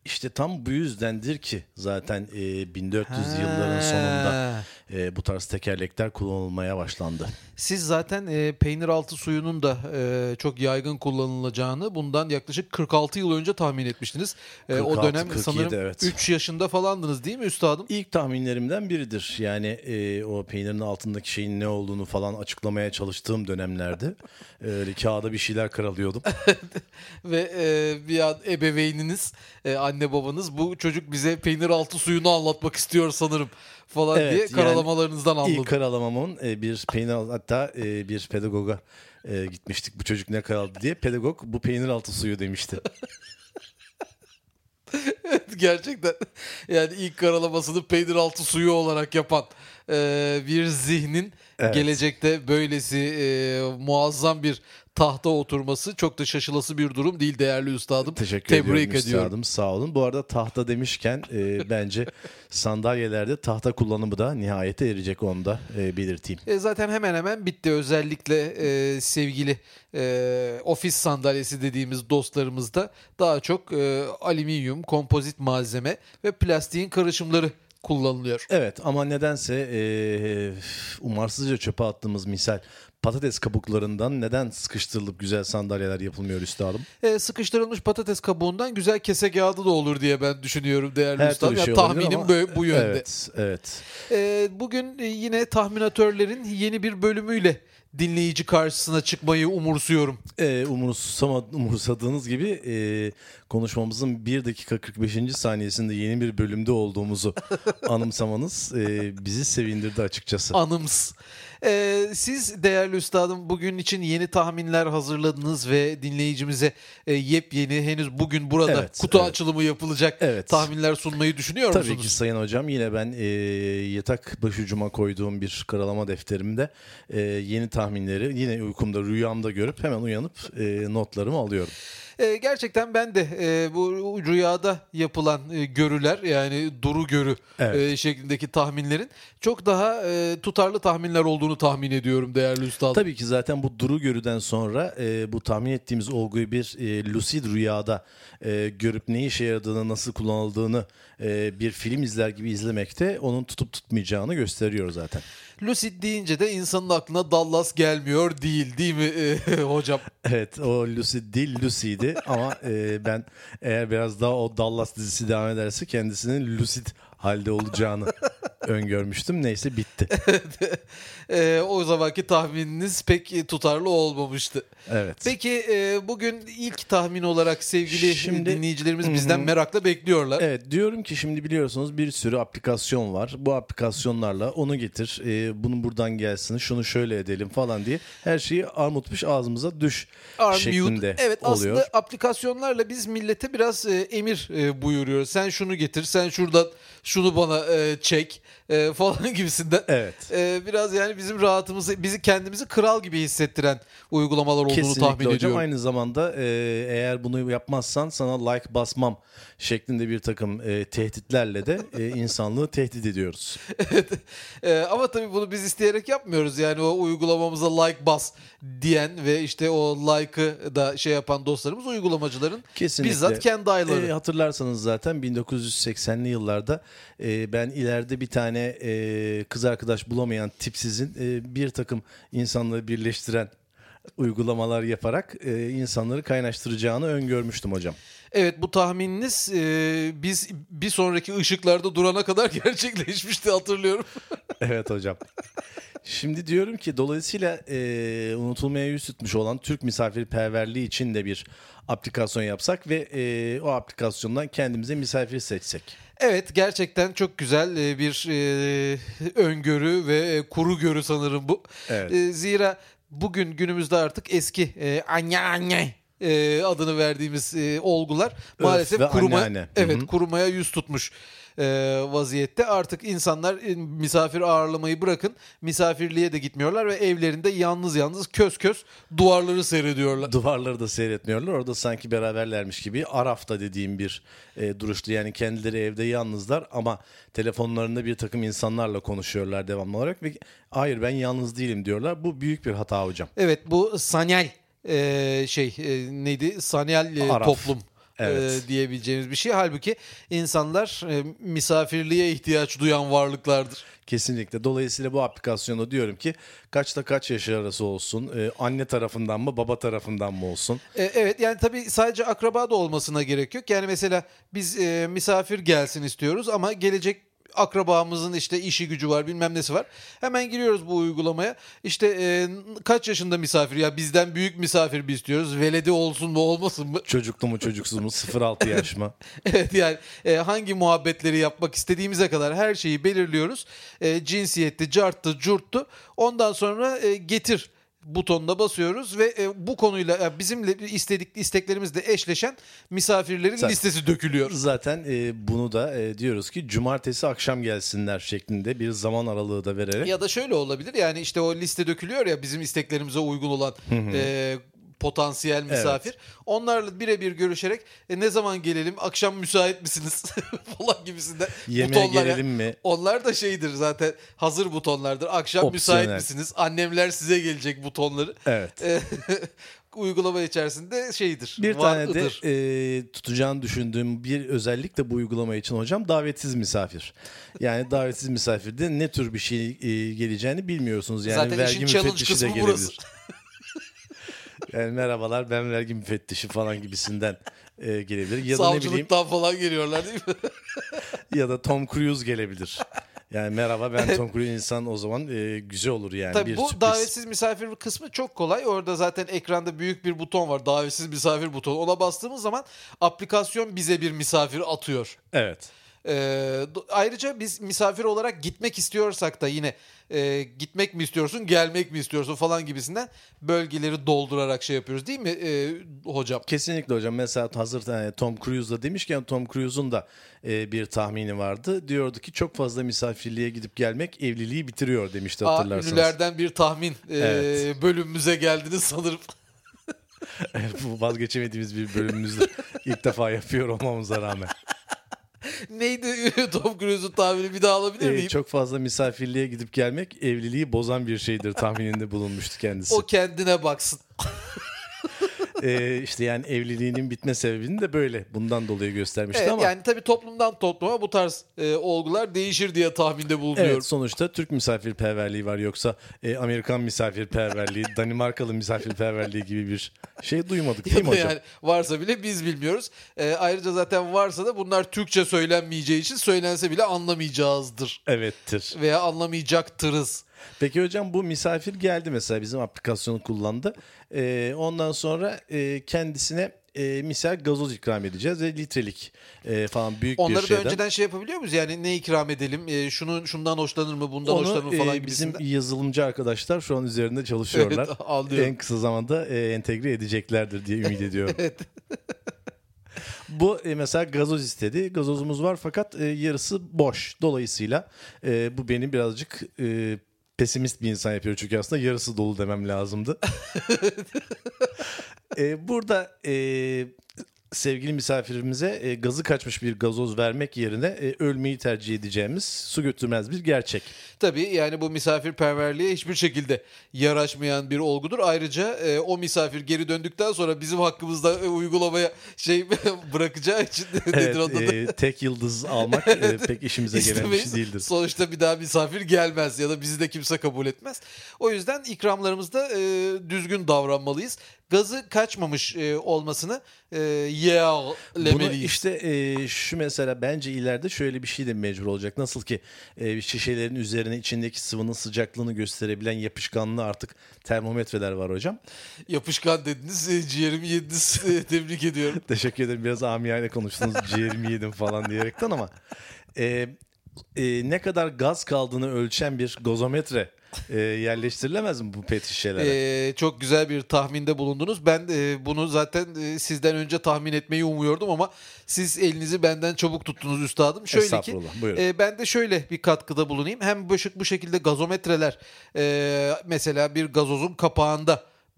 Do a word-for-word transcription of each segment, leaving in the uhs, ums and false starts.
İşte tam bu yüzdendir ki zaten e, bin dört yüz Ha. yılların sonunda e, bu tarz tekerlekler kullanılmaya başlandı. Siz zaten e, peynir altı suyunun da e, çok yaygın kullanılacağını bundan yaklaşık kırk altı yıl önce tahmin etmiştiniz. E, o kırk altı, dönem kırk yedi, sanırım evet. üç yaşında falandınız değil mi üstadım? İlk tahminlerimden biridir. Yani e, o peynirin altındaki şeyin ne olduğunu falan açıklamaya çalıştığım dönemlerde öyle kağıda bir şeyler karalıyordum. Ve e, bir an ebeveyniniz, e, anne babanız bu çocuk bize peynir altı suyunu anlatmak istiyor sanırım falan Evet, diye yani karalamalarınızdan anladım. İlk karalamamın e, bir peynir hatta e, bir pedagoga e, gitmiştik. Bu çocuk ne karaladı diye. Pedagog bu peynir altı suyu demişti. Gerçekten yani ilk karalamasını peynir altı suyu olarak yapan e, bir zihnin Evet. gelecekte böylesi e, muazzam bir tahta oturması çok da şaşılası bir durum değil değerli üstadım. Teşekkür Tebrik ediyorum ediyorum. üstadım, sağ olun. Bu arada tahta demişken e, bence sandalyelerde tahta kullanımı da nihayete erecek, onu da e, belirteyim. E, zaten hemen hemen bitti. Özellikle e, sevgili e, ofis sandalyesi dediğimiz dostlarımızda daha çok e, alüminyum, kompozit malzeme ve plastiğin karışımları kullanılıyor. Evet, ama nedense e, umarsızca çöpe attığımız misal patates kabuklarından neden sıkıştırılıp güzel sandalyeler yapılmıyor üstadım? E, sıkıştırılmış patates kabuğundan güzel kese kağıdı da olur diye ben düşünüyorum değerli Her üstadım. türlü Yani şey olabilir tahminim ama- böyle, bu yönde. Evet, evet. E, bugün e, yine tahminatörlerin yeni bir bölümüyle dinleyici karşısına çıkmayı umursuyorum. Ee, umursama, umursadığınız gibi e, konuşmamızın bir dakika kırk beşinci saniyesinde yeni bir bölümde olduğumuzu anımsamanız e, bizi sevindirdi açıkçası. Anıms. Ee, siz değerli üstadım bugün için yeni tahminler hazırladınız ve dinleyicimize e, yepyeni henüz bugün burada Evet, kutu evet. açılımı yapılacak Evet. tahminler sunmayı düşünüyor Tabii musunuz? ki sayın hocam, yine ben e, yatak başucuma koyduğum bir karalama defterimde e, yeni tahminleri yine uykumda, rüyamda görüp hemen uyanıp e, notlarımı alıyorum. Ee, gerçekten ben de e, bu rüyada yapılan e, görüler yani duru görü Evet. e, şeklindeki tahminlerin çok daha e, tutarlı tahminler olduğunu tahmin ediyorum değerli üstadım. Tabii ki zaten bu duru görüden sonra e, bu tahmin ettiğimiz olguyu bir e, lucid rüyada e, görüp ne işe yaradığını, nasıl kullanıldığını e, bir film izler gibi izlemekte onun tutup tutmayacağını gösteriyor zaten. Lucid deyince de insanın aklına Dallas gelmiyor değil değil mi e, hocam? Evet, o lucid değil Lucy'ydi ama e, ben eğer biraz daha o Dallas dizisi devam ederse kendisinin lucid halde olacağını öngörmüştüm. Neyse, bitti. e, o zamanki tahmininiz pek tutarlı olmamıştı. Evet. Peki e, bugün ilk tahmin olarak sevgili Şimdi- dinleyicilerimiz bizden Hı hı. merakla bekliyorlar. Evet, diyorum ki şimdi biliyorsunuz bir sürü aplikasyon var. Bu aplikasyonlarla onu getir, e, bunu buradan gelsin, şunu şöyle edelim falan diye her şeyi armutmuş ağzımıza düş Armut. şeklinde Evet, oluyor. aslında aplikasyonlarla biz millete biraz e, emir e, buyuruyoruz. Sen şunu getir, sen şuradan şunu bana e, çek e, falan gibisinden. Evet. E, biraz yani bizim rahatımızı, bizi kendimizi kral gibi hissettiren uygulamalar olduğunu Kesinlikle tahmin hocam. ediyorum. Aynı zamanda e, eğer bunu yapmazsan sana like basmam şeklinde bir takım e, tehditlerle de e, insanlığı tehdit ediyoruz. Ee, ama tabii bunu biz isteyerek yapmıyoruz. Yani o uygulamamıza like bas diyen ve işte o like'ı da şey yapan dostlarımız uygulamacıların Kesinlikle. bizzat kendi ayları. E, hatırlarsanız zaten bin dokuz yüz seksenli yıllarda e, ben ileride bir tane e, kız arkadaş bulamayan tipsizin e, bir takım insanları birleştiren uygulamalar yaparak e, insanları kaynaştıracağını öngörmüştüm hocam. Evet, bu tahmininiz e, biz bir sonraki ışıklarda durana kadar gerçekleşmişti, hatırlıyorum. Evet hocam. Şimdi diyorum ki dolayısıyla e, unutulmaya yüz tutmuş olan Türk misafirperverliği için de bir aplikasyon yapsak ve e, o aplikasyondan kendimize misafir seçsek. Evet, gerçekten çok güzel e, bir e, öngörü ve e, kuru görü sanırım bu. Evet. E, zira bugün günümüzde artık eski e, anne anne e, adını verdiğimiz e, olgular maalesef ve kuruma, anneanne. evet Hı hı. kurumaya yüz tutmuş e, vaziyette. Artık insanlar e, misafir ağırlamayı bırakın, misafirliğe de gitmiyorlar ve evlerinde yalnız yalnız kös kös duvarları seyrediyorlar. Duvarları da seyretmiyorlar. Orada sanki beraberlermiş gibi Araf'ta dediğim bir e, duruşlu. Yani kendileri evde yalnızlar ama telefonlarında bir takım insanlarla konuşuyorlar devamlı olarak ve hayır ben yalnız değilim diyorlar. Bu büyük bir hata hocam. Evet, bu sanyal e, şey e, neydi? Sanyal e, Araf. toplum. Evet. e, diyebileceğimiz bir şey. Halbuki insanlar e, misafirliğe ihtiyaç duyan varlıklardır. Kesinlikle. Dolayısıyla bu aplikasyonu diyorum ki kaçta kaç yaş arası olsun? Ee, anne tarafından mı baba tarafından mı olsun? E, evet, yani tabii sadece akraba da olmasına gerek yok. Yani mesela biz e, misafir gelsin istiyoruz ama gelecek akrabamızın işte işi gücü var, bilmem nesi var. Hemen giriyoruz bu uygulamaya. İşte e, kaç yaşında misafir, ya bizden büyük misafir mi istiyoruz? Veledi olsun mu olmasın mı? Çocuklu mu çocuksuz mu? sıfır altı yaş mı? Evet, yani e, hangi muhabbetleri yapmak istediğimize kadar her şeyi belirliyoruz. E, cinsiyetti, carttı, curttu. Ondan sonra e, getir butonuna basıyoruz ve e, bu konuyla e, bizimle istedik isteklerimizle eşleşen misafirlerin Zaten- listesi dökülüyor. Zaten e, bunu da e, diyoruz ki cumartesi akşam gelsinler şeklinde bir zaman aralığı da vererek. Ya da şöyle olabilir, yani işte o liste dökülüyor ya bizim isteklerimize uygun olan e, potansiyel misafir. Onlarla birebir görüşerek e, ne zaman gelelim, akşam müsait misiniz falan gibisinden Yemeğe butonlar. gelelim mi? Onlar da şeydir zaten, hazır butonlardır. Akşam Opsiyonel. müsait misiniz? Annemler size gelecek butonları. Evet. E, uygulama içerisinde şeydir. Bir tane de vardır. e, tutacağını düşündüğüm bir özellik de bu uygulama için hocam, davetsiz misafir. Yani davetsiz misafirde ne tür bir şey e, geleceğini bilmiyorsunuz. Yani Zaten vergi işin challenge müfettişi de kısmı gelebilir. burası. Yani merhabalar, ben vergi müfettişi falan gibisinden e, gelebilir. Ya da ne bileyim, Savcılıktan falan geliyorlar değil mi? ya da Tom Cruise gelebilir. Yani merhaba, ben Tom Cruise, insan o zaman e, güzel olur yani. Tabii bir bu sürpriz. davetsiz misafir kısmı çok kolay. Orada zaten ekranda büyük bir buton var. Davetsiz misafir butonu. Ona bastığımız zaman aplikasyon bize bir misafir atıyor. Evet. Ee, do- ayrıca biz misafir olarak gitmek istiyorsak da yine e, gitmek mi istiyorsun, gelmek mi istiyorsun falan gibisinden bölgeleri doldurarak şey yapıyoruz değil mi e, hocam? Kesinlikle hocam. Mesela hazır yani Tom Cruise'da demişken, Tom Cruise'un da e, bir tahmini vardı. Diyordu ki çok fazla misafirliğe gidip gelmek evliliği bitiriyor demişti, Aa, hatırlarsanız. ünlülerden bir tahmin e, Evet. bölümümüze geldiniz sanırım. Bu vazgeçemediğimiz bir bölümümüzdür. İlk defa yapıyor olmamıza rağmen. Neydi Tom Cruise'un tahmini, bir daha alabilir E, miyim? çok fazla misafirliğe gidip gelmek evliliği bozan bir şeydir tahmininde bulunmuştu kendisi. O kendine baksın. e, işte yani evliliğinin bitme sebebini de böyle bundan dolayı göstermişti Evet, ama. yani tabii toplumdan topluma bu tarz e, olgular değişir diye tahminde bulunuyorum. Evet, sonuçta Türk misafirperverliği var, yoksa e, Amerikan misafirperverliği, Danimarkalı misafirperverliği gibi bir şey duymadık değil Ya mi da hocam? yani varsa bile biz bilmiyoruz. E, ayrıca zaten varsa da bunlar Türkçe söylenmeyeceği için söylense bile anlamayacağızdır. Evettir. Veya anlamayacaktırız. Peki hocam, bu misafir geldi mesela, bizim aplikasyonu kullandı. E, ondan sonra e, kendisine e, misal gazoz ikram edeceğiz ve litrelik e, falan büyük Onları bir da şeyden. önceden şey yapabiliyor muyuz? Yani ne ikram edelim? E, şunu şundan hoşlanır mı? Bundan hoşlanır Onu mı falan e, bizim gibisinden. yazılımcı arkadaşlar şu an üzerinde çalışıyorlar. Evet, anlıyorum. En kısa zamanda e, entegre edeceklerdir diye ümit ediyorum. Evet. Bu e, mesela gazoz istedi. Gazozumuz var fakat e, yarısı boş. Dolayısıyla e, bu beni birazcık e, pesimist bir insan yapıyor. Çünkü aslında yarısı dolu demem lazımdı. e, burada e, sevgili misafirimize e, gazı kaçmış bir gazoz vermek yerine e, ölmeyi tercih edeceğimiz su götürmez bir gerçek. Tabii yani bu misafirperverliğe hiçbir şekilde yaraşmayan bir olgudur. Ayrıca e, o misafir geri döndükten sonra bizim hakkımızda e, uygulamaya şey bırakacağı için nedir Evet, onun adı? e, tek yıldız almak e, pek işimize gelen bir şey İstemeyiz. değildir. Sonuçta bir daha misafir gelmez ya da bizi de kimse kabul etmez. O yüzden ikramlarımızda e, düzgün davranmalıyız. Gazı kaçmamış e, olmasını e, Bunu yeğlemeliyiz. işte e, şu mesela bence ileride şöyle bir şey de mecbur olacak. Nasıl ki e, şişelerin üzerine içindeki sıvının sıcaklığını gösterebilen yapışkanlı artık termometreler var hocam. Yapışkan dediniz, e, ciğerimi yediniz. E, tebrik ediyorum. Teşekkür ederim. Biraz amiyane konuştunuz, ciğerimi yedim falan diyerekten ama e, e, ne kadar gaz kaldığını ölçen bir gazometre e, yerleştirilemez mi bu pet şişelere? Ee, çok güzel bir tahminde bulundunuz. Ben e, bunu zaten e, sizden önce tahmin etmeyi umuyordum ama siz elinizi benden çabuk tuttunuz üstadım. Şöyle ki Estağfurullah, buyurun. e, ben de şöyle bir katkıda bulunayım. Hem bu, bu şekilde gazometreler e, mesela bir gazozun kapağında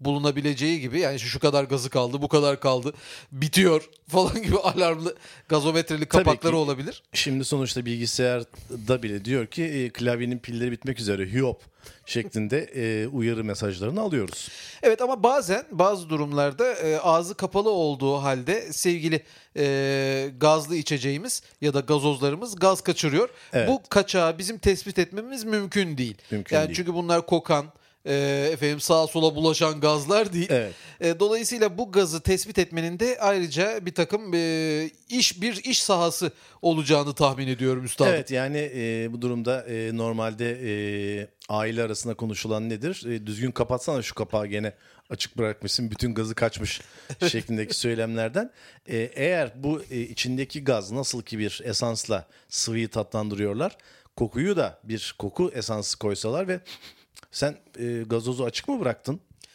bulunabileceği gibi, yani şu kadar gazı kaldı, bu kadar kaldı, bitiyor falan gibi alarmlı gazometreli kapakları olabilir. Şimdi sonuçta bilgisayarda bile diyor ki e, klavyenin pilleri bitmek üzere, hüop şeklinde e, uyarı mesajlarını alıyoruz. Evet, ama bazen bazı durumlarda e, ağzı kapalı olduğu halde sevgili e, gazlı içeceğimiz ya da gazozlarımız gaz kaçırıyor. Evet. Bu kaçağı bizim tespit etmemiz mümkün değil. Mümkün yani değil. Çünkü bunlar kokan, e, efendim sağa sola bulaşan gazlar değil. Evet. E, dolayısıyla bu gazı tespit etmenin de ayrıca bir takım e, iş bir iş sahası olacağını tahmin ediyorum üstadım. Evet, yani e, bu durumda e, normalde e, aile arasında konuşulan nedir? E, düzgün kapatsana şu kapağı, gene açık bırakmışsın, bütün gazı kaçmış şeklindeki söylemlerden. E, eğer bu e, içindeki gaz nasıl ki bir esansla sıvıyı tatlandırıyorlar, kokuyu da bir koku esansı koysalar ve sen e, gazozu açık mı bıraktın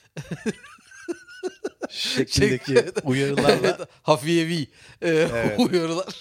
şeklindeki Şey- uyarılarla Hafiyevi e, Evet. uyarılar.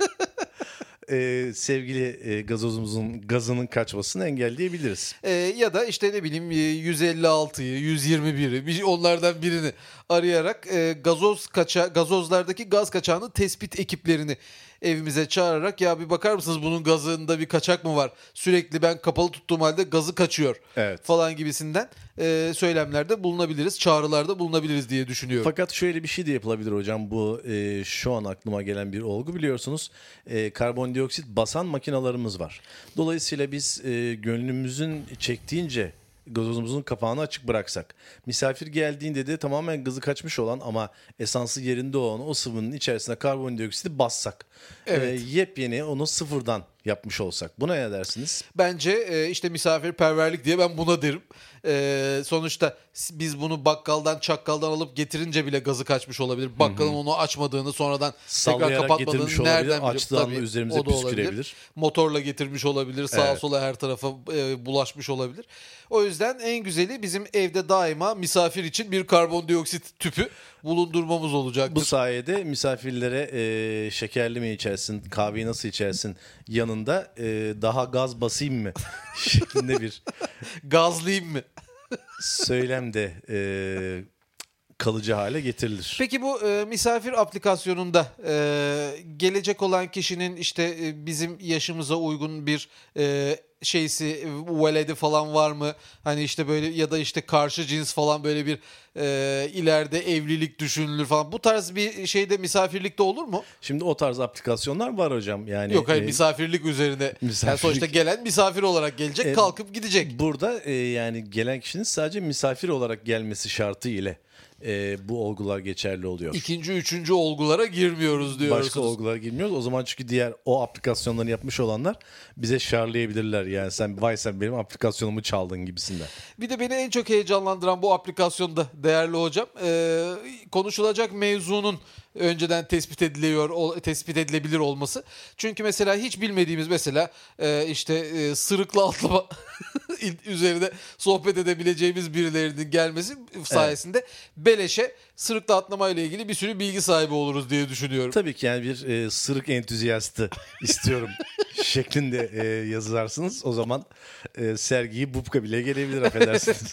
e, sevgili e, gazozumuzun gazının kaçmasını engelleyebiliriz. E, ya da işte ne bileyim e, yüz elli altıyı, yüz yirmi biri, bir- onlardan birini arayarak e, gazoz kaça gazozlardaki gaz kaçağını tespit ekiplerini evimize çağırarak, ya bir bakar mısınız bunun gazında bir kaçak mı var? Sürekli ben kapalı tuttuğum halde gazı kaçıyor Evet. falan gibisinden e, söylemlerde bulunabiliriz, çağrılarda bulunabiliriz diye düşünüyorum. Fakat şöyle bir şey de yapılabilir hocam. Bu e, şu an aklıma gelen bir olgu, biliyorsunuz. E, karbondioksit basan makinalarımız var. Dolayısıyla biz e, gönlümüzün çektiğince gazozumuzun kapağını açık bıraksak, misafir geldiğinde de tamamen gazı kaçmış olan ama esansı yerinde olan o sıvının içerisine karbondioksiti bassak, Evet. e, yepyeni onu sıfırdan yapmış olsak, buna ne dersiniz? Bence e, işte misafirperverlik diye ben buna derim. E, sonuçta s- biz bunu bakkaldan, çakkaldan alıp getirince bile gazı kaçmış olabilir. Bakkalın onu açmadığını, sonradan tekrar Sallayarak kapatmadığını getirmiş olabilir, nereden biliyor? açtığı anda Tabii, üzerimize o da olabilir. püskürebilir. Motorla getirmiş olabilir, sağa Evet. sola her tarafa e, bulaşmış olabilir. O yüzden en güzeli bizim evde daima misafir için bir karbondioksit tüpü bulundurmamız olacaktır. Bu sayede misafirlere e, şekerli mi içersin, kahveyi nasıl içersin yanında e, daha gaz basayım mı şeklinde bir Gazlayayım mı? söylem de e, kalıcı hale getirilir. Peki bu e, misafir aplikasyonunda e, gelecek olan kişinin işte e, bizim yaşımıza uygun bir e, şeysi, e, veledi falan var mı? Hani işte böyle, ya da işte karşı cins falan, böyle bir e, ileride evlilik düşünülür falan. Bu tarz bir şeyde misafirlikte olur mu? Şimdi o tarz aplikasyonlar var hocam. Yani Yok, hayır, e, misafirlik üzerine. Yani misafirlik- sonuçta gelen misafir olarak gelecek, E, kalkıp gidecek. burada e, yani gelen kişinin sadece misafir olarak gelmesi şartı ile e, bu olgular geçerli oluyor. İkinci, üçüncü olgulara girmiyoruz diyorsunuz. Başka olgulara girmiyoruz. O zaman çünkü diğer o aplikasyonları yapmış olanlar bize şarlayabilirler. Yani sen, vay sen benim aplikasyonumu çaldın gibisinden. Bir de beni en çok heyecanlandıran bu aplikasyonda değerli hocam, e, konuşulacak mevzunun önceden tespit ediliyor, ol- tespit edilebilir olması. Çünkü mesela hiç bilmediğimiz, mesela e, işte e, sırıkla atlama üzerine sohbet edebileceğimiz birilerinin gelmesi sayesinde beleşe sırıkla atlama ile ilgili bir sürü bilgi sahibi oluruz diye düşünüyorum. Tabii ki yani bir e, sırık entüziyastı istiyorum şeklinde e, yazılarsınız. O zaman e, sergiyi Bubka bile gelebilir, affedersiniz.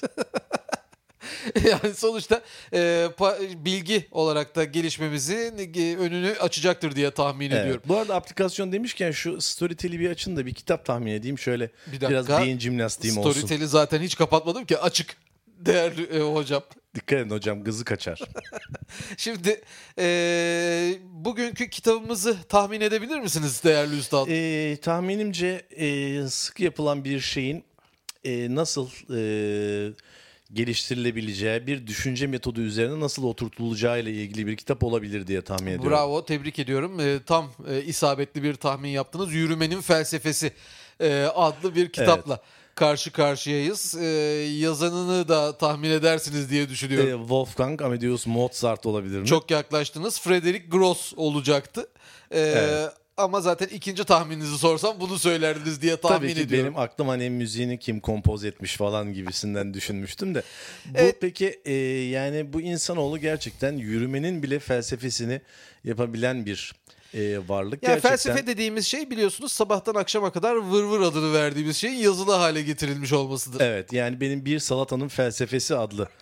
Yani sonuçta e, pa- bilgi olarak da gelişmemizin e, önünü açacaktır diye tahmin Evet. ediyorum. Bu arada aplikasyon demişken şu Storytel'i bir açın da bir kitap tahmin edeyim. Şöyle Bir dakika. biraz beyin jimnastiğim olsun. Storytel'i zaten hiç kapatmadım ki, açık değerli e, hocam. Dikkat edin hocam, gızı kaçar. Şimdi e, bugünkü kitabımızı tahmin edebilir misiniz değerli üstad? E, tahminimce e, sık yapılan bir şeyin e, nasıl e, geliştirilebileceği, bir düşünce metodu üzerine nasıl oturtulacağı ile ilgili bir kitap olabilir diye tahmin ediyorum. Bravo, tebrik ediyorum. E, tam e, isabetli bir tahmin yaptınız. Yürümenin Felsefesi e, adlı bir kitapla karşı karşıyayız. E, yazanını da tahmin edersiniz diye düşünüyorum. E, Wolfgang Amadeus Mozart olabilir mi? Çok yaklaştınız. Frederick Gross olacaktı. E, Evet. Ama zaten ikinci tahmininizi sorsam bunu söylerdiniz diye tahmin Tabii ki ediyorum. benim aklım hani müziğini kim kompoz etmiş falan gibisinden düşünmüştüm de. Bu Evet. peki e, yani bu insanoğlu gerçekten yürümenin bile felsefesini yapabilen bir e, varlık. Yani gerçekten. felsefe dediğimiz şey, biliyorsunuz, sabahtan akşama kadar vır vır adını verdiğimiz şeyin yazılı hale getirilmiş olmasıdır. Evet, yani benim Bir Salatanın Felsefesi adlı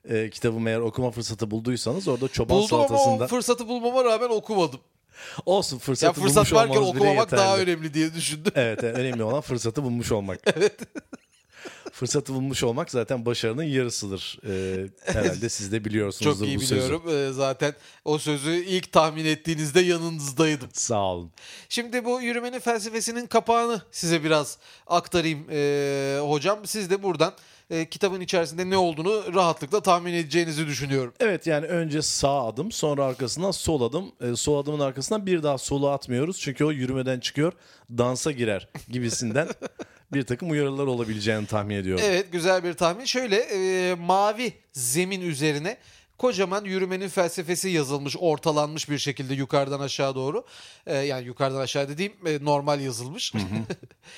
e, kitabımı eğer okuma fırsatı bulduysanız orada çoban Buldum ama salatasında... o fırsatı bulmama rağmen okumadım. Olsun, fırsatı ya fırsat bulmuş varken olmanız bile okumamak yeterli. daha önemli diye düşündüm. Evet, evet, önemli olan fırsatı bulmuş olmak. Evet. Fırsatı bulmuş olmak zaten başarının yarısıdır. Ee, herhalde siz de biliyorsunuzdur Çok iyi bu biliyorum. sözü. Ee, zaten o sözü ilk tahmin ettiğinizde yanınızdaydım. Sağ olun. Şimdi bu yürümenin felsefesinin kapağını size biraz aktarayım ee, hocam. Siz de buradan e, kitabın içerisinde ne olduğunu rahatlıkla tahmin edeceğinizi düşünüyorum. Evet, yani önce sağ adım, sonra arkasından sol adım. Ee, sol adımın arkasından bir daha sola atmıyoruz. Çünkü o yürümeden çıkıyor, dansa girer gibisinden bir takım uyarılar olabileceğini tahmin ediyorum. Evet, güzel bir tahmin. Şöyle e, mavi zemin üzerine kocaman yürümenin felsefesi yazılmış, ortalanmış bir şekilde yukarıdan aşağı doğru. E, yani yukarıdan aşağı dediğim e, normal yazılmış. Hı hı.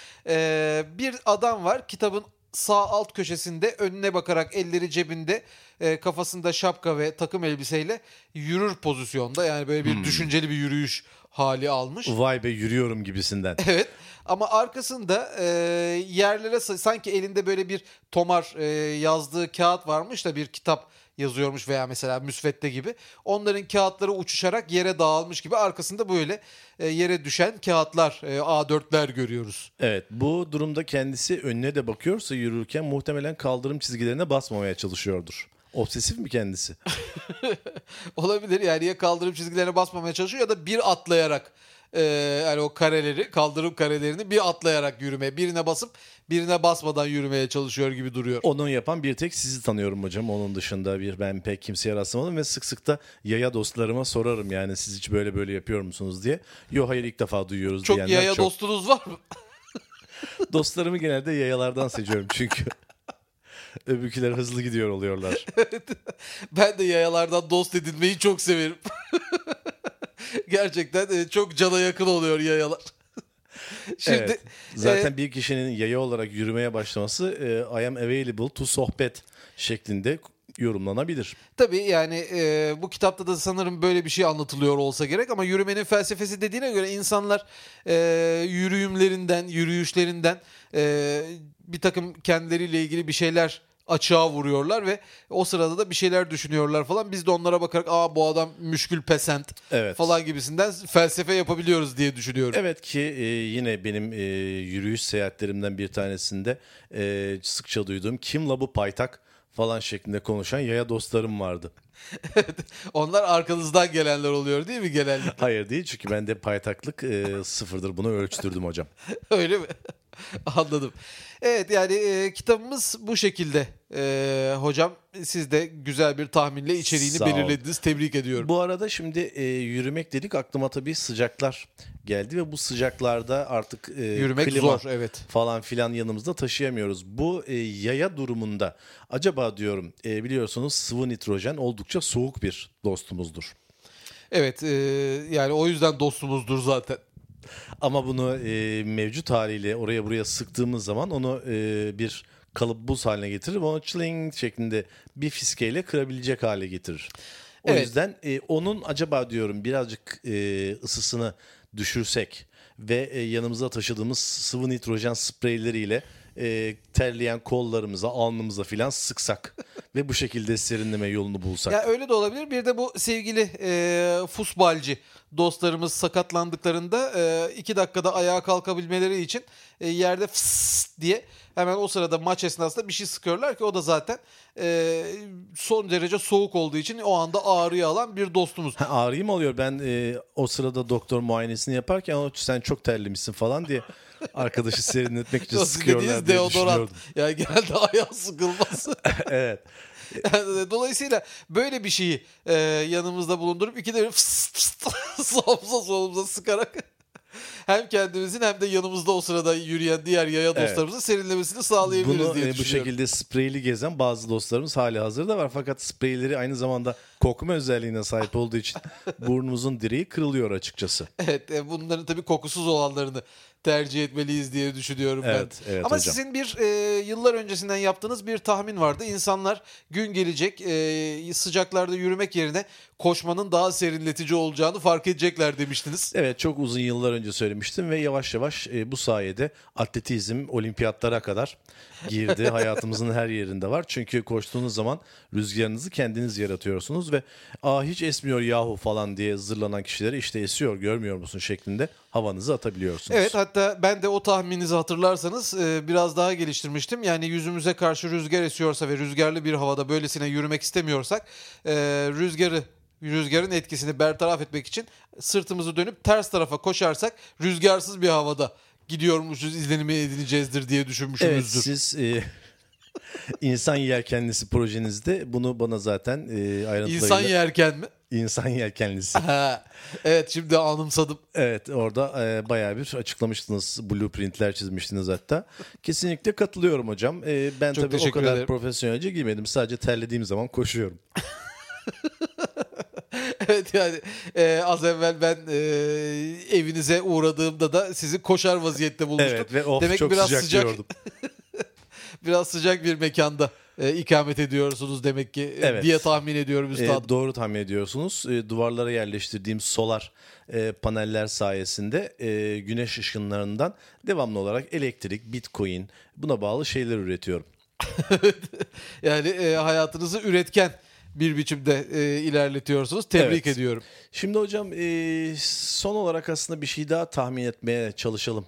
e, bir adam var kitabın sağ alt köşesinde, önüne bakarak elleri cebinde, e, kafasında şapka ve takım elbiseyle yürür pozisyonda. Yani böyle bir hmm. düşünceli bir yürüyüş hali almış. Vay be, yürüyorum gibisinden. Evet, ama arkasında e, yerlere sanki elinde böyle bir tomar e, yazdığı kağıt varmış da bir kitap yazıyormuş veya mesela müsvedde gibi. Onların kağıtları uçuşarak yere dağılmış gibi arkasında böyle e, yere düşen kağıtlar, e, A dörtler görüyoruz. Evet, bu durumda kendisi önüne de bakıyorsa yürürken muhtemelen kaldırım çizgilerine basmamaya çalışıyordur. Obsesif mi kendisi? Olabilir, yani ya kaldırım çizgilerine basmamaya çalışıyor ya da bir atlayarak e, yani o kareleri, kaldırım karelerini bir atlayarak yürümeye, birine basıp birine basmadan yürümeye çalışıyor gibi duruyor. Onu yapan bir tek sizi tanıyorum hocam. Onun dışında bir ben pek kimseye rastlamadım ve sık sık da yaya dostlarıma sorarım, yani siz hiç böyle böyle yapıyor musunuz diye. Yo, hayır, ilk defa duyuyoruz çok diyenler yaya çok. dostunuz var mı? Dostlarımı genelde yayalardan seçiyorum çünkü. Öbürküler hızlı gidiyor oluyorlar. Ben de yayalardan dost edinmeyi çok severim. Gerçekten çok cana yakın oluyor yayalar. Şimdi evet, zaten e, bir kişinin yaya olarak yürümeye başlaması e, I am available to sohbet şeklinde yorumlanabilir. Tabii yani e, bu kitapta da sanırım böyle bir şey anlatılıyor olsa gerek ama yürümenin felsefesi dediğine göre insanlar e, yürüyümlerinden, yürüyüşlerinden e, bir takım kendileriyle ilgili bir şeyler açığa vuruyorlar ve o sırada da bir şeyler düşünüyorlar falan. Biz de onlara bakarak aa bu adam müşkül pesent evet. falan gibisinden felsefe yapabiliyoruz diye düşünüyorum. Evet ki e, yine benim e, yürüyüş seyahatlerimden bir tanesinde e, sıkça duyduğum kim la bu paytak falan şeklinde konuşan yaya dostlarım vardı. Evet, onlar arkanızdan gelenler oluyor değil mi genellikle? Hayır değil, çünkü bende paytaklık e, sıfırdır, bunu ölçtürdüm hocam. Öyle mi? Anladım. Evet, yani e, kitabımız bu şekilde e, hocam. Siz de güzel bir tahminle içeriğini belirlediniz. Tebrik ediyorum. Bu arada şimdi e, yürümek dedik, aklıma tabii sıcaklar geldi ve bu sıcaklarda artık e, yürümek klima zor, evet. falan filan yanımızda taşıyamıyoruz. Bu e, yaya durumunda acaba diyorum e, biliyorsunuz sıvı nitrojen oldukça soğuk bir dostumuzdur. Evet, e, yani o yüzden dostumuzdur zaten. Ama bunu e, mevcut haliyle oraya buraya sıktığımız zaman onu e, bir kalıp buz haline getirir. Onu çling şeklinde bir fiskeyle kırabilecek hale getirir. O evet. yüzden e, onun acaba diyorum birazcık e, ısısını düşürsek ve e, yanımıza taşıdığımız sıvı nitrojen spreyleriyle e, terleyen kollarımıza, alnımıza filan sıksak ve bu şekilde serinleme yolunu bulsak. Ya öyle de olabilir. Bir de bu sevgili e, fusbalcı dostlarımız sakatlandıklarında e, iki dakikada ayağa kalkabilmeleri için e, yerde fıs diye hemen o sırada maç esnasında bir şey sıkıyorlar ki o da zaten e, son derece soğuk olduğu için o anda ağrıyı alan bir dostumuz. Ha, ağrıyı mı oluyor? Ben e, o sırada doktor muayenesini yaparken sen çok terlemişsin falan diye arkadaşı serinletmek için sıkıyorlar diye düşünüyordum. Yani genelde ayağı sıkılmaz. Evet. Yani, dolayısıyla böyle bir şeyi e, yanımızda bulundurup iki de fıs fıs sağımıza solumuza sıkarak hem kendimizin hem de yanımızda o sırada yürüyen diğer yaya dostlarımızın evet. serinlemesini sağlayabiliriz Bunu, diye e, düşünüyorum. Bu şekilde spreyli gezen bazı dostlarımız hali hazırda var. Fakat spreyleri aynı zamanda kokma özelliğine sahip olduğu için burnumuzun direği kırılıyor açıkçası. Evet, e, bunların tabii kokusuz olanlarını tercih etmeliyiz diye düşünüyorum ben. Evet, evet Ama hocam. sizin bir e, yıllar öncesinden yaptığınız bir tahmin vardı. İnsanlar gün gelecek e, sıcaklarda yürümek yerine koşmanın daha serinletici olacağını fark edecekler demiştiniz. Evet, çok uzun yıllar önce söylemiştim ve yavaş yavaş e, bu sayede atletizm olimpiyatlara kadar girdi. Hayatımızın her yerinde var. Çünkü koştuğunuz zaman rüzgarınızı kendiniz yaratıyorsunuz ve aa hiç esmiyor yahu falan diye zırlanan kişilere işte esiyor görmüyor musun şeklinde havanızı atabiliyorsunuz. Evet, hatta ben de o tahmininizi hatırlarsanız e, biraz daha geliştirmiştim. Yani yüzümüze karşı rüzgar esiyorsa ve rüzgarlı bir havada böylesine yürümek istemiyorsak e, rüzgarı rüzgarın etkisini bertaraf etmek için sırtımızı dönüp ters tarafa koşarsak rüzgarsız bir havada gidiyormuşuz izlenimi edineceğizdir diye Evet, düşünmüşsünüzdür. siz e, insan yelkenlisi projenizde bunu bana zaten e, ayrıntılarıyla İnsan yerken mi? insan yelkenlisi. Ha, evet, şimdi anımsadım. Evet, orada e, bayağı bir açıklamıştınız, blueprintler çizmiştiniz hatta. Kesinlikle katılıyorum hocam. E, ben Çok tabii o teşekkür kadar ederim. profesyonelce girmedim. Sadece terlediğim zaman koşuyorum. Evet, yani e, az evvel ben e, evinize uğradığımda da sizi koşar vaziyette bulmuştum. Evet ve of Demek çok biraz sıcak, sıcak diyordum. biraz sıcak bir mekanda e, ikamet ediyorsunuz demek ki e, Evet. diye tahmin ediyorum E, üstadım. doğru tahmin ediyorsunuz. E, duvarlara yerleştirdiğim solar e, paneller sayesinde e, güneş ışınlarından devamlı olarak elektrik, bitcoin buna bağlı şeyler üretiyorum. Yani e, hayatınızı üretken bir biçimde e, ilerletiyorsunuz. Tebrik Evet. ediyorum. Şimdi hocam e, son olarak aslında bir şey daha tahmin etmeye çalışalım.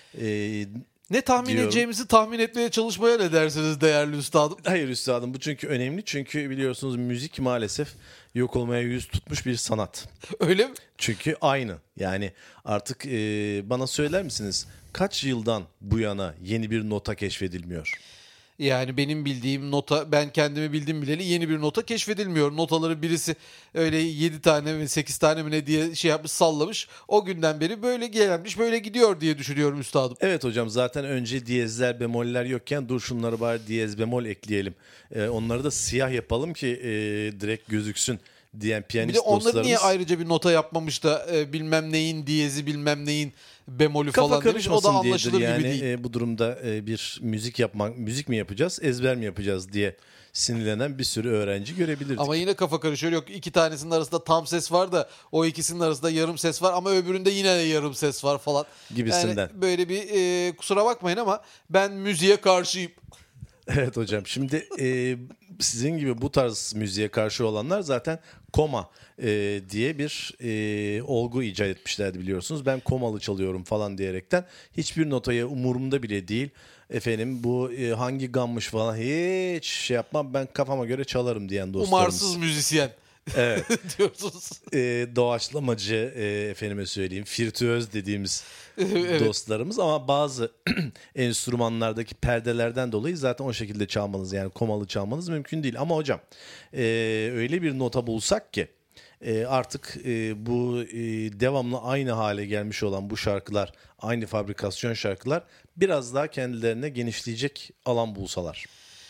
E, Ne tahmin diyorum. edeceğimizi tahmin etmeye çalışmaya ne dersiniz değerli üstadım? Hayır üstadım, bu çünkü önemli, çünkü biliyorsunuz müzik maalesef yok olmaya yüz tutmuş bir sanat. Öyle mi? Çünkü aynı, yani artık e, bana söyler misiniz kaç yıldan bu yana yeni bir nota keşfedilmiyor? Yani benim bildiğim nota, ben kendimi bildim bileli yeni bir nota keşfedilmiyor. Notaları birisi öyle yedi tane mi sekiz tane mi ne diye şey yapmış, sallamış. O günden beri böyle gelmiş, böyle gidiyor diye düşünüyorum üstadım. Evet hocam, zaten önce diyezler bemoller yokken dur şunları bari diyez bemol ekleyelim. E, onları da siyah yapalım ki e, direkt gözüksün diyen piyanist Bir de onları dostlarımız. niye ayrıca bir nota yapmamış da e, bilmem neyin diyezi bilmem neyin bemolü Kafa falan demiş. O da karışmasın diyedir anlaşılır yani, gibi değil. e, bu durumda e, bir müzik yapmak, müzik mi yapacağız, ezber mi yapacağız diye sinirlenen bir sürü öğrenci görebilirdik. Ama yine kafa karışıyor. Yok, iki tanesinin arasında tam ses var da o ikisinin arasında yarım ses var ama öbüründe yine de yarım ses var falan. Gibisinden. Yani böyle bir e, kusura bakmayın ama ben müziğe karşıyım. Evet hocam, şimdi e, sizin gibi bu tarz müziğe karşı olanlar zaten koma e, diye bir e, olgu icat etmişlerdi biliyorsunuz. Ben komalı çalıyorum falan diyerekten hiçbir notaya umurumda bile değil. Efendim bu e, hangi gammış falan hiç şey yapmam, ben kafama göre çalarım diyen dostlarımız. Umarsız müzisyen. Evet. diyorsunuz. E, doğaçlamacı e, efendime söyleyeyim virtüöz dediğimiz Evet. dostlarımız, ama bazı enstrümanlardaki perdelerden dolayı zaten o şekilde çalmanız, yani komalı çalmanız mümkün değil. Ama hocam e, öyle bir nota bulsak ki e, artık e, bu e, devamlı aynı hale gelmiş olan bu şarkılar, aynı fabrikasyon şarkılar biraz daha kendilerine genişleyecek alan bulsalar.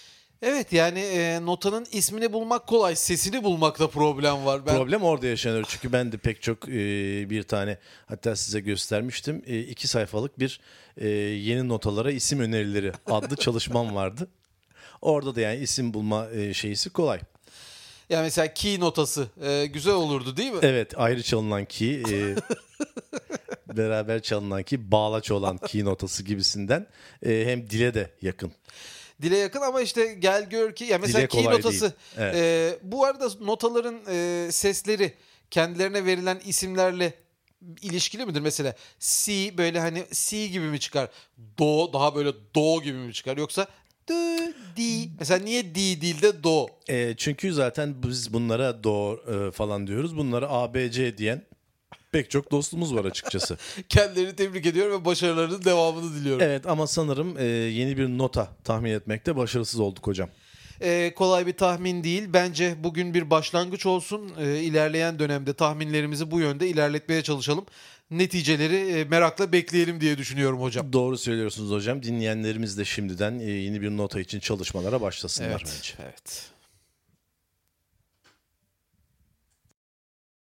Evet, yani e, notanın ismini bulmak kolay, sesini bulmakta problem var. Ben Problem orada yaşanıyor. Çünkü ben de pek çok e, bir tane, hatta size göstermiştim. E, iki sayfalık bir e, yeni notalara isim önerileri adlı çalışmam vardı. Orada da yani isim bulma e, şeysi kolay. yani mesela key notası e, güzel olurdu değil mi? Evet, ayrı çalınan key, e, beraber çalınan key, bağlaç olan key notası gibisinden e, hem dile de yakın. Dile yakın ama işte gel gör ki ya mesela Dile key kolay notası. değil. Evet. e, bu arada notaların e, sesleri kendilerine verilen isimlerle ilişkili midir? Mesela C böyle hani C gibi mi çıkar? Do daha böyle do gibi mi çıkar? Yoksa do, di. Mesela niye di değil de do? E, çünkü zaten biz bunlara do e, falan diyoruz. Bunlara A B C diyen pek çok dostumuz var açıkçası. Kendilerini tebrik ediyorum ve başarılarının devamını diliyorum. Evet, ama sanırım e, yeni bir nota tahmin etmekte başarısız olduk hocam. Ee, kolay bir tahmin değil. Bence bugün bir başlangıç olsun. Ee, ilerleyen dönemde tahminlerimizi bu yönde ilerletmeye çalışalım. Neticeleri e, merakla bekleyelim diye düşünüyorum hocam. Doğru söylüyorsunuz hocam. Dinleyenlerimiz de şimdiden e, yeni bir nota için çalışmalara başlasınlar Evet, bence. evet.